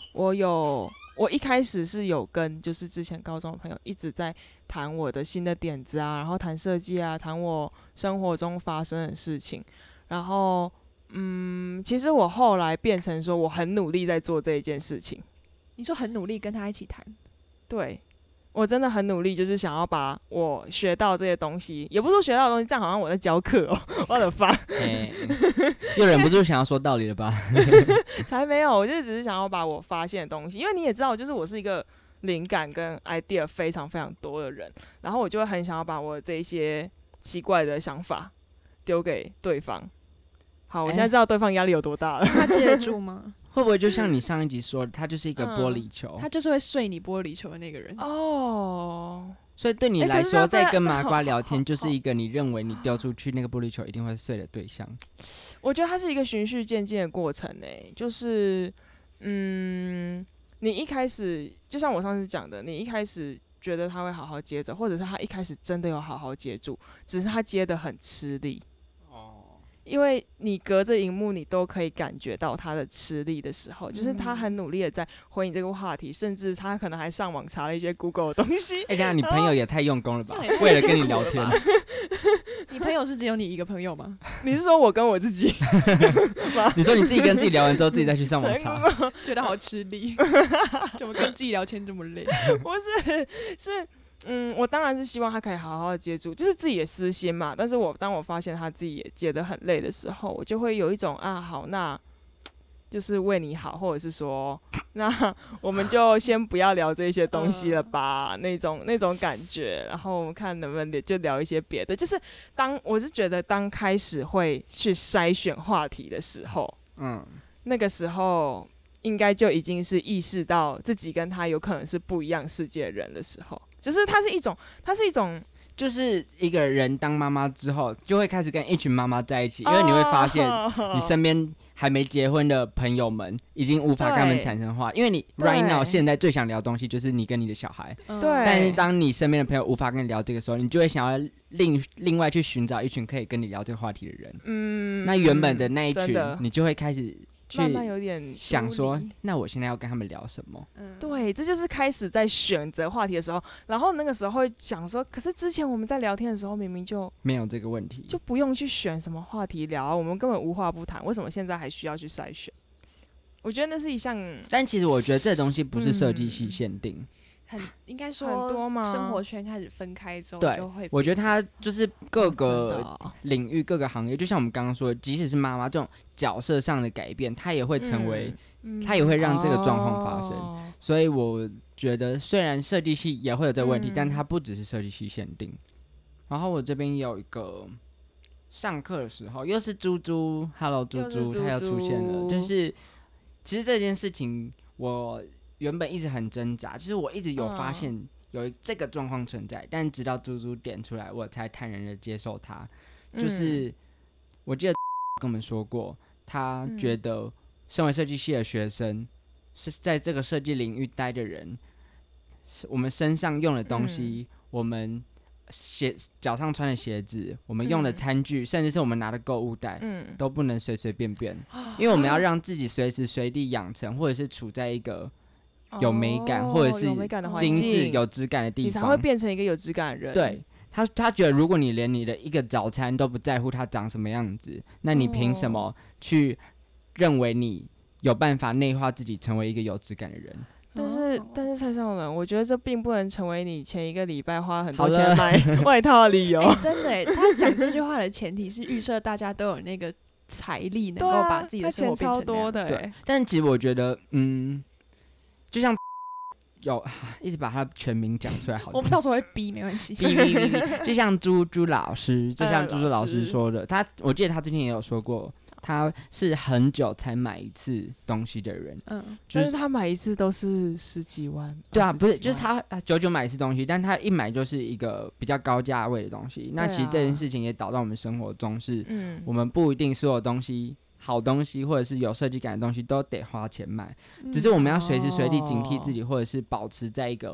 我一开始是有跟就是之前高中的朋友一直在谈我的新的点子啊，然后谈设计啊，谈我生活中发生的事情，然后其实我后来变成说我很努力在做这一件事情。 你说很努力跟他一起谈？ 对，我真的很努力，就是想要把我学到这些东西，也不是说学到的东西，这样好像我在教课哦，我的发， 又忍不住想要说道理了吧？ 才没有，我就只是想要把我发现的东西，因为你也知道，就是我是一个灵感跟 idea 非常非常多的人，然后我就会很想要把我这一些奇怪的想法丢给对方。好，我现在知道对方压力有多大了。 他接得住吗？ 会不会就像你上一集说的，他就是一个玻璃球， 他就是会碎你玻璃球的那个人哦。 所以对你来说，在跟麻瓜聊天，就是一个你认为你丢出去那个玻璃球一定会碎的对象。 我觉得它是一个循序渐进的过程欸，就是你一开始就像我上次讲的，你一开始觉得他会好好接着，或者是他一开始真的有好好接住，只是他接得很吃力。因为你隔着荧幕，你都可以感觉到他的吃力的时候，就是他很努力的在回应这个话题，甚至他可能还上网查了一些 Google 的东西。 等下你朋友也太用功了吧？为了跟你聊天。 你朋友是只有你一个朋友吗？ 你是说我跟我自己？ 你说你自己跟自己聊完之后，自己再去上网查， 觉得好吃力，怎么跟自己聊天这么累？ 不是，是。我当然是希望他可以好好的接住，就是自己的私心嘛。但是当我发现他自己也接得很累的时候，我就会有一种好，那就是为你好，或者是说，那我们就先不要聊这些东西了吧，那种感觉。然后我们看能不能就聊一些别的。就是我是觉得当开始会去筛选话题的时候，那个时候应该就已经是意识到自己跟他有可能是不一样世界的人的时候。就是它是一种， 就是一个人当妈妈之后，就会开始跟一群妈妈在一起，因为你会发现你身边还没结婚的朋友们已经无法跟他们产生话，因为你 right now 现在最想聊的东西就是你跟你的小孩， 对。 但是当你身边的朋友无法跟你聊这个时候，你就会想要另外去寻找一群可以跟你聊这个话题的人。那原本的那一群，你就会开始慢慢有点想说，那我现在要跟他们聊什么？ 对，这就是开始在选择话题的时候，然后那个时候会想说，可是之前我们在聊天的时候，明明就没有这个问题， 就不用去选什么话题聊，我们根本无话不谈，为什么现在还需要去筛选？我觉得那是一项， 但其实我觉得这东西不是设计系限定。 应该说很多吗？ 生活圈开始分开之后， 对， 就会我觉得它就是各个领域、各个行业，就像我们刚刚说的，即使是妈妈这种角色上的改变，它也会成为，它也会让这个状况发生。所以我觉得，虽然设计系也会有这个问题，但它不只是设计系限定。然后我这边有一个上课的时候，又是猪猪 ，Hello 猪猪，他又出现了。就是其实这件事情，我原本一直很挣扎，就是我一直有发现有这个状况存在，但直到猪猪点出来，我才坦然的接受它。就是我记得跟我们说过，他觉得身为设计系的学生，是在这个设计领域待的人，我们身上用的东西，我们脚上穿的鞋子，我们用的餐具，甚至是我们拿的购物袋，都不能随随便便，因为我们要让自己随时随地养成，或者是处在一个有美感，或者是精致有质感的地方， 你才会变成一个有质感的人。 对，他觉得，如果你连你的一个早餐都不在乎它长什么样子，那你凭什么去认为你有办法内化自己成为一个有质感的人？ 但是蔡尚伦，我觉得这并不能成为你前一个礼拜花很多钱买外套的理由。 真的他讲这句话的前提是预设大家都有那个财力，能够把自己的生活变成那样。 对， 但其实我觉得，就像有一直把他全名讲出来好， 我们到时候会逼，没关系。 逼，就像猪老师，就像猪老师说的，我记得他之前也有说过。他是很久才买一次东西的人， 但是他买一次都是10几万。 对啊，不是，就是他久买一次东西，但他一买就是一个比较高价位的东西。那其实这件事情也导到我们生活中是，我们不一定所有东西、好东西或者是有设计感的东西都得花钱买，只是我们要随时随地警惕自己，或者是保持在一个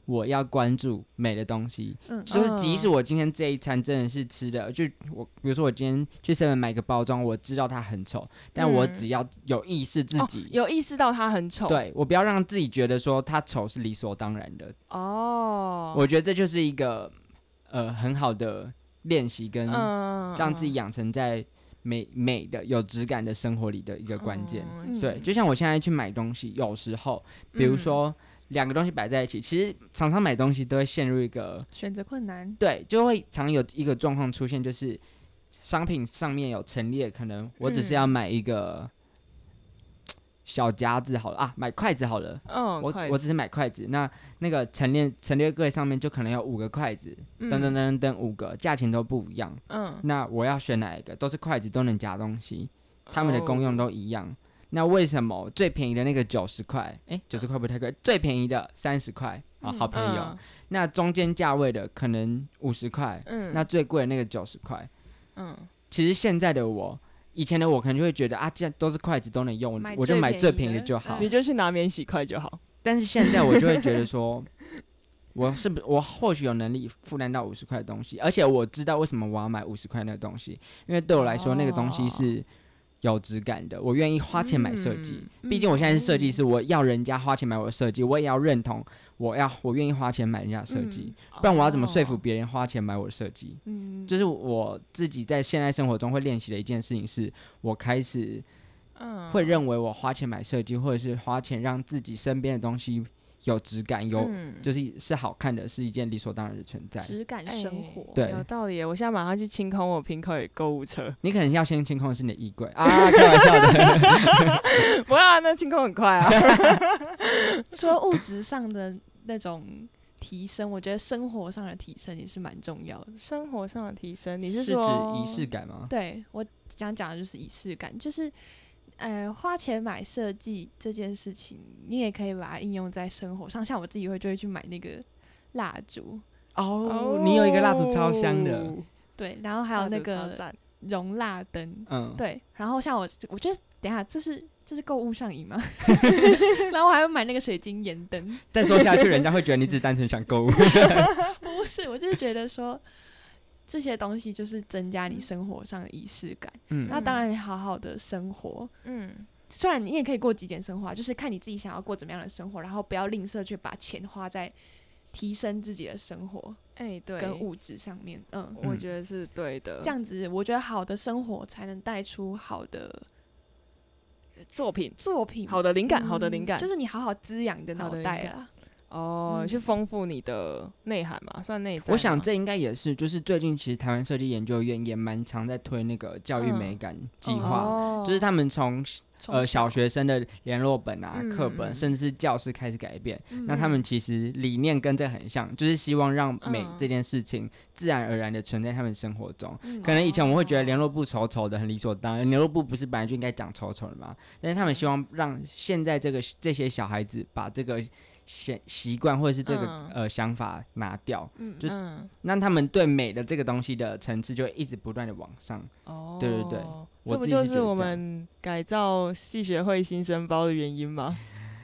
我要关注美的东西，就是即使我今天这一餐真的是吃的，就我比如说我今天去 7-Eleven 买个包装，我知道它很丑，但我只要有意识自己、 有意识到它很丑， 对，我不要让自己觉得说它丑是理所当然的。我觉得这就是一个很好的练习跟让自己养成在美的有质感的生活里的一个关键。对，就像我现在去买东西，有时候比如说两个东西摆在一起，其实常常买东西都会陷入一个选择困难， 对，就会常有一个状况出现，就是商品上面有陈列，可能我只是要买一个小夹子好了啊，买筷子好了，我只是买筷子，那个陈列柜上面就可能有5个筷子，等5个，价钱都不一样，那我要选哪一个？都是筷子，都能夹东西，它们的功用都一样。那为什么最便宜的那个90块，90块不太贵，最便宜的30块啊，好便宜哦。那中间价位的可能50块，那最贵的那个90块，其实现在的我，以前的我可能就会觉得啊，既然都是筷子都能用，我就买最便宜的就好， 你就去拿免洗筷就好。 但是现在我就会觉得说，我或许有能力负担到50块的东西，而且我知道为什么我要买50块那个东西，因为对我来说那个东西是有质感的，我愿意花钱买设计。毕竟我现在是设计师，我要人家花钱买我的设计，我也要认同我愿意花钱买人家的设计，不然我要怎么说服别人花钱买我的设计？就是我自己在现在生活中会练习的一件事情，是我开始会认为我花钱买设计，或者是花钱让自己身边的东西有质感，就是好看的，是一件理所当然的存在。 质感生活， 对， 有道理耶。我现在马上去清空我平口的购物车。 你可能要先清空的是你的衣柜啊，开玩笑的。 不要啊，那清空很快啊。 除了物质上的那种提升，我觉得生活上的提升也是蛮重要的。 生活上的提升，你是说指仪式感吗？ 对，我想讲的就是仪式感，就是花钱买设计这件事情，你也可以把它应用在生活上。像我自己就会去买那个蜡烛你有一个蜡烛超香的， 对，然后还有那个熔蜡灯，对，然后像我觉得等一下这是购物上瘾吗？然后我还会买那个水晶盐灯。 再说下去，人家会觉得你只是单纯想购物。 不是，我就是觉得说这些东西就是增加你生活上的仪式感。那当然你好好的生活，虽然你也可以过极简生活，就是看你自己想要过怎么样的生活，然后不要吝啬去把钱花在提升自己的生活， 对， 跟物质上面。 我觉得是对的。 这样子，我觉得好的生活才能带出好的作品， 好的灵感，好的灵感， 就是你好好滋养你的脑袋啦。 去丰富你的内涵嘛，算内在。 我想这应该也是，就是最近其实台湾设计研究院也蛮常在推那个教育美感计划，就是他们从小学生的联络本啊、课本，甚至是教室开始改变。那他们其实理念跟这很像，就是希望让美这件事情自然而然的存在他们生活中。可能以前我们会觉得联络簿丑丑的很理所当然，联络簿不是本来就应该长丑丑的吗？但是他们希望让现在这些小孩子把这个习惯或者是这个想法拿掉，就让他们对美的这个东西的层次就会一直不断的往上。对对对， 这不就是我们改造系学会新生包的原因吗？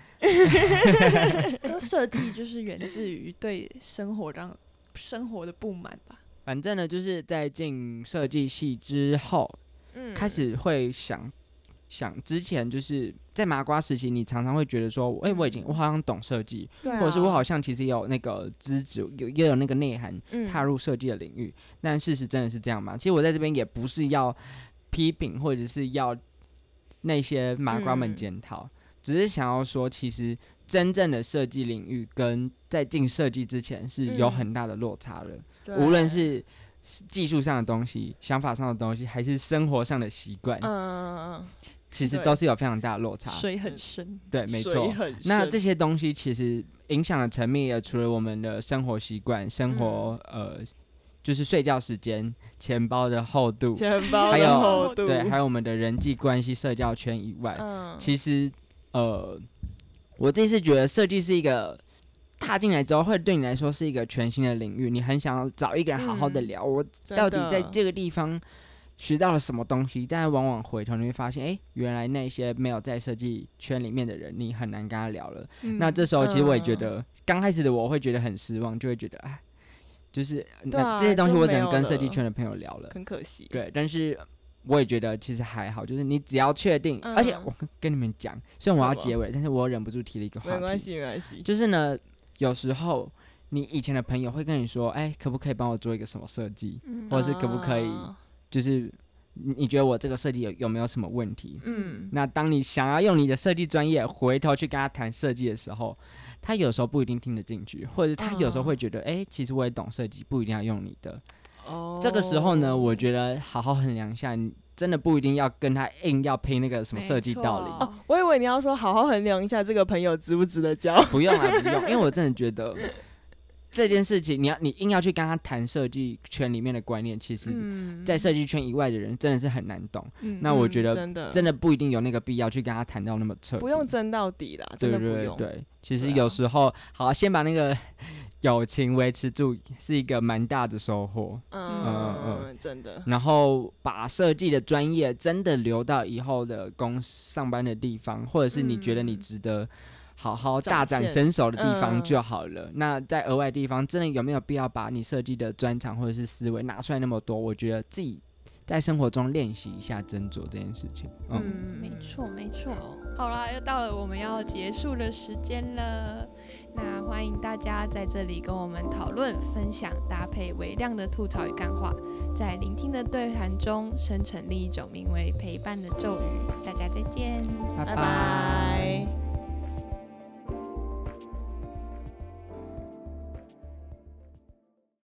设计就是源自于对生活的不满吧。 反正呢，就是在进设计系之后，开始会想之前就是在麻瓜时期，你常常会觉得说，我好像懂设计，或者是我好像其实也有那个资质，也有那个内涵，踏入设计的领域。但事实真的是这样吗？其实我在这边也不是要批评，或者是要那些麻瓜们检讨，只是想要说，其实真正的设计领域跟在进设计之前是有很大的落差的，无论是技术上的东西、想法上的东西，还是生活上的习惯，其实都是有非常大的落差， 水很深。 对，没错。那这些东西其实影响的层面也除了我们的生活习惯、生活就是睡觉时间、钱包的厚度，还有我们的人际关系、社交圈以外，其实我这次觉得设计是一个踏进来之后，会对你来说是一个全新的领域，你很想要找一个人好好的聊，我到底在这个地方学到了什么东西，但是往往回头你会发现，原来那些没有在设计圈里面的人，你很难跟他聊了。那这时候其实我也觉得，刚开始的我会觉得很失望，就会觉得就是这些东西我只能跟设计圈的朋友聊了， 很可惜。 对，但是我也觉得其实还好，就是你只要确定，而且我跟你们讲，虽然我要结尾，但是我忍不住提了一个话题， 没关系，就是呢，有时候你以前的朋友会跟你说，可不可以帮我做一个什么设计，或者是可不可以，就是你觉得我这个设计有没有什么问题？那当你想要用你的设计专业回头去跟他谈设计的时候，他有时候不一定听得进去，或者他有时候会觉得，其实我也懂设计，不一定要用你的。这个时候呢，我觉得好好衡量一下，你真的不一定要跟他硬要拼那个什么设计道理。 我以为你要说好好衡量一下这个朋友值不值得交。 不用，因为我真的觉得这件事情，你硬要去跟他谈设计圈里面的观念，其实在设计圈以外的人真的是很难懂。那我觉得真的不一定有那个必要去跟他谈到那么彻底， 不用争到底啦，真的不用。 对，其实有时候好先把那个友情维持住，是一个蛮大的收获。 真的。 然后把设计的专业真的留到以后的上班的地方，或者是你觉得你值得好好大展身手的地方就好了。那在额外地方，真的有没有必要把你设计的专长或者是思维拿出来那么多？我觉得自己在生活中练习一下斟酌这件事情。 没错。好啦，又到了我们要结束的时间了。那欢迎大家在这里跟我们讨论、分享，搭配微量的吐槽与干话，在聆听的对谈中生成另一种名为陪伴的咒语。大家再见， 拜拜。